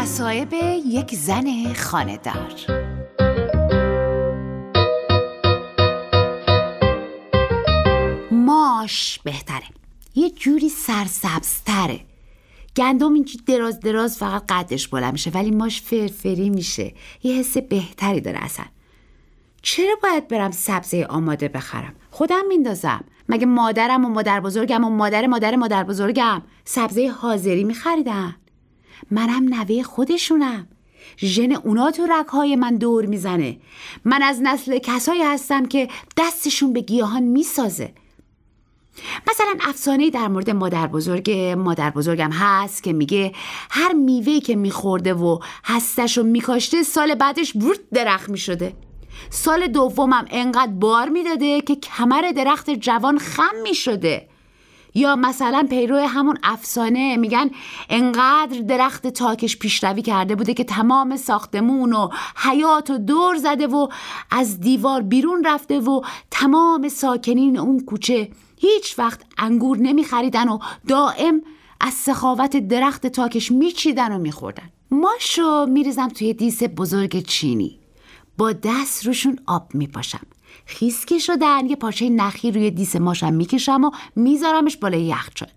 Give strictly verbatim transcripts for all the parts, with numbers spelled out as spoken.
مصائب یک زن خانه‌دار. ماش بهتره، یه جوری سرسبزتره. گندم اینجوری دراز دراز فقط قدش بالا میشه، ولی ماش فرفری میشه، یه حس بهتری داره. اصلا چرا باید برم سبزه آماده بخرم؟ خودم میندازم. مگه مادرم و مادر بزرگم و مادر مادر مادر بزرگم سبزه حاضری میخریدن؟ منم نوه خودشونم، ژن اونا تو رگ‌های من دور میزنه. من از نسل کسایی هستم که دستشون به گیاهان میسازه. مثلا افسانه‌ای در مورد مادر بزرگ مادر بزرگم هست که میگه هر میوه‌ای که میخورده و هستشو میکاشته سال بعدش ورد درخت میشده. سال دومم انقدر بار میداده که کمر درخت جوان خم میشده. یا مثلا پیرو همون افسانه میگن انقدر درخت تاکش پیشروی کرده بوده که تمام ساختمون و حیاط و دور زده و از دیوار بیرون رفته و تمام ساکنین اون کوچه هیچ وقت انگور نمی خریدن و دائم از سخاوت درخت تاکش میچیدن و میخوردن. ماشو میریزم توی دیس بزرگ چینی، با دست روشون آب میپاشم، خیس که شدن یه پارچه نخی روی دیس ماشم میکشم و میذارمش بالای یخچال.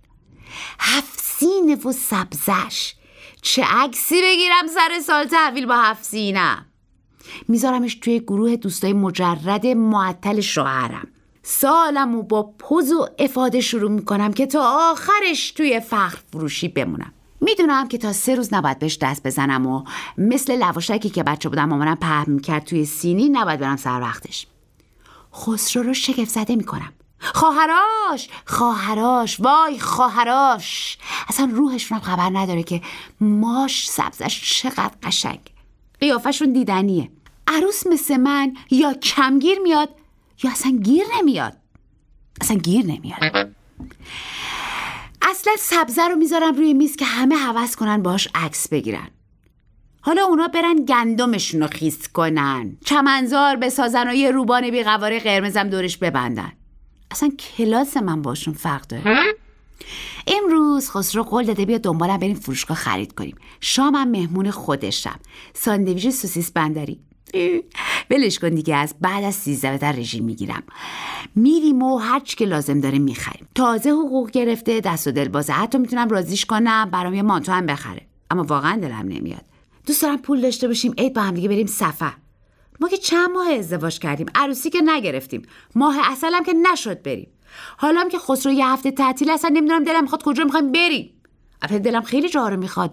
هفت سینه و سبزش، چه عکسی بگیرم سر سال تحویل با هفت سینم. میذارمش توی گروه دوستای مجرد معطل شوهرم. سالمو با پوز و افاده شروع میکنم که تا آخرش توی فخر فروشی بمونم. میدونم که تا سه روز نباید بهش دست بزنم و مثل لواشکی که بچه بودم مامانم پهن میکرد توی سینی نباید برم سر وقتش. خسرو رو شگفت زده میکنم. خواهراش خواهراش وای خواهراش، اصلا روحشون هم خبر نداره که ماش سبزش چقدر قشنگ. قیافشون دیدنیه. عروس مثل من یا کمگیر میاد یا اصلا گیر نمیاد. اصلا گیر نمیاد. اصلا سبزه رو میذارم روی میز که همه هوس کنن باش عکس بگیرن. حالا اونا برن گندمشون رو خیس کنن، چمنزار بسازن و یه روبان بیقواره قرمزم دورش ببندن. اصلا کلاس من باشون فرق داره. امروز خسرو قول داده بیا دنبالم بریم فروشگاه خرید کنیم. شامم مهمون خودشم، ساندویچ سوسیس بندری. ولش کن دیگه، از بعد از سیزده در رژیم میگیرم. میریم و هر چی که لازم داره میخریم. تازه حقوق گرفته، دست و دل بازه. حتی میتونم رازیش کنم برام یه مانتو هم بخره، اما واقعا دلم نمیاد. دوست دارم پول داشته باشیم عید با هم دیگه بریم سفر. ما که چند ماه ازدواج کردیم، عروسی که نگرفتیم، ماه عسل هم که نشد بریم. حالا هم که خسرو یه هفته تعطیل، اصلا نمیدونم دلم میخواد کجا میخوایم بریم. البته دلم خیلی جا رو میخواد.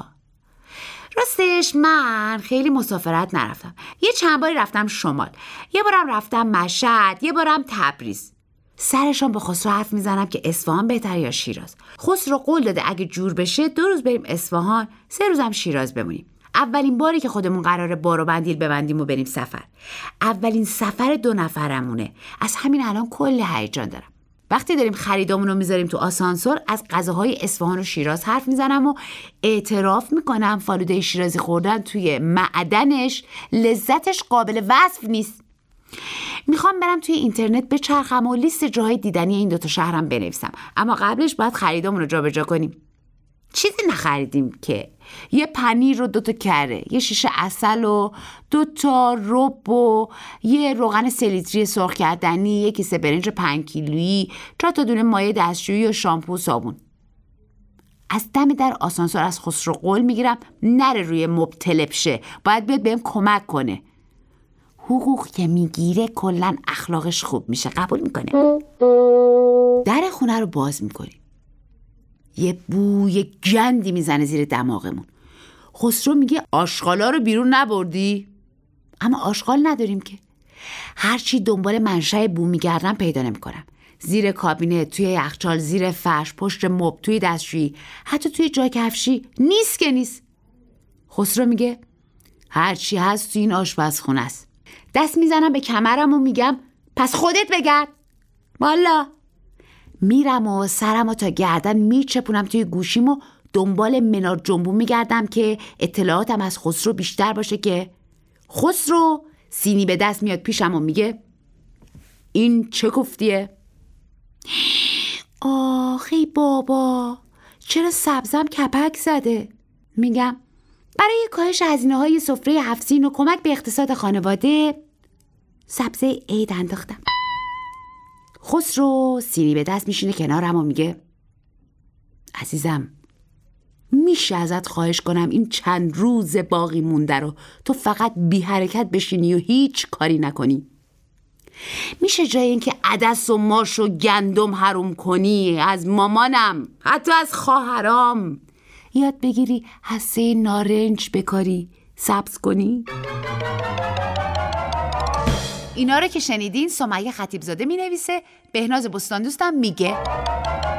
راستش من خیلی مسافرت نرفتم. یه چند باری رفتم شمال، یه بارم رفتم مشهد، یه بارم تبریز. سرشان با خسرو حرف میزنم که اصفهان بهتر یا شیراز. خسرو قول داده اگه جور بشه دو روز بریم اصفهان، سه روزم شیراز بمونیم. اولین باری که خودمون قراره بار و بندیل ببندیم و بریم سفر. اولین سفر دو نفرمونه. از همین الان کلی هیجان دارم. وقتی داریم خریدامون رو میذاریم تو آسانسور، از غذاهای اصفهان و شیراز حرف میزنم و اعتراف میکنم فالوده شیرازی خوردن توی معدنش لذتش قابل وصف نیست. میخوام برم توی اینترنت بچرخم و لیست جاهای دیدنی این دوتا شهرم بنویسم، اما قبلش باید خریدامون رو جابجا کنیم. چیزی نخریدیم که یه پنیر و دوتا کره، یه شیشه عسل و دوتا رب و یه روغن سه لیتری سرخ کردنی، یه کیسه برنج پنج کیلویی، چهار تا دونه مایع دستشویی و شامپو و صابون. از دم در آسانسور از خسرو قول میگیرم نره روی مبتلا شه، باید بیاد بهم کمک کنه. حقوق که میگیره کلن اخلاقش خوب میشه، قبول میکنه. در خونه رو باز میکنیم. یه بوی گندی میزنه زیر دماغمون. خسرو میگه آشغالا رو بیرون نبردی؟ اما آشغال نداریم که. هرچی دنبال منشأ بو میگردم پیدا نمیکنم. زیر کابینت، توی یخچال، زیر فرش، پشت مبل، توی دستشویی، حتی توی جای کفشی نیست که نیست. خسرو میگه هرچی هست توی این آشپزخونه است. دست میزنم به کمرم و میگم پس خودت بگرد. والا میرم و سرم و تا گردن میچپونم توی گوشیم و دنبال منار جنبو میگردم که اطلاعاتم از خسرو بیشتر باشه. که خسرو سینی به دست میاد پیشم و میگه این چه کوفتیه؟ آخی بابا چرا سبزم کپک زده؟ میگم برای کاهش هزینه‌های سفره هفت سین و کمک به اقتصاد خانواده سبزه عید انداختم. خسرو سینی به دست میشینه کنارم و میگه عزیزم، میشه ازت خواهش کنم این چند روز باقی مونده رو تو فقط بی حرکت بشینی و هیچ کاری نکنی؟ میشه جای این که عدس و ماش و گندم حروم کنی از مامانم، حتی از خواهرام، یاد بگیری حسه نارنج بکاری، سبز کنی؟ اینا رو که شنیدین سمیه خطیبزاده می نویسه، بهناز بستان دوستم میگه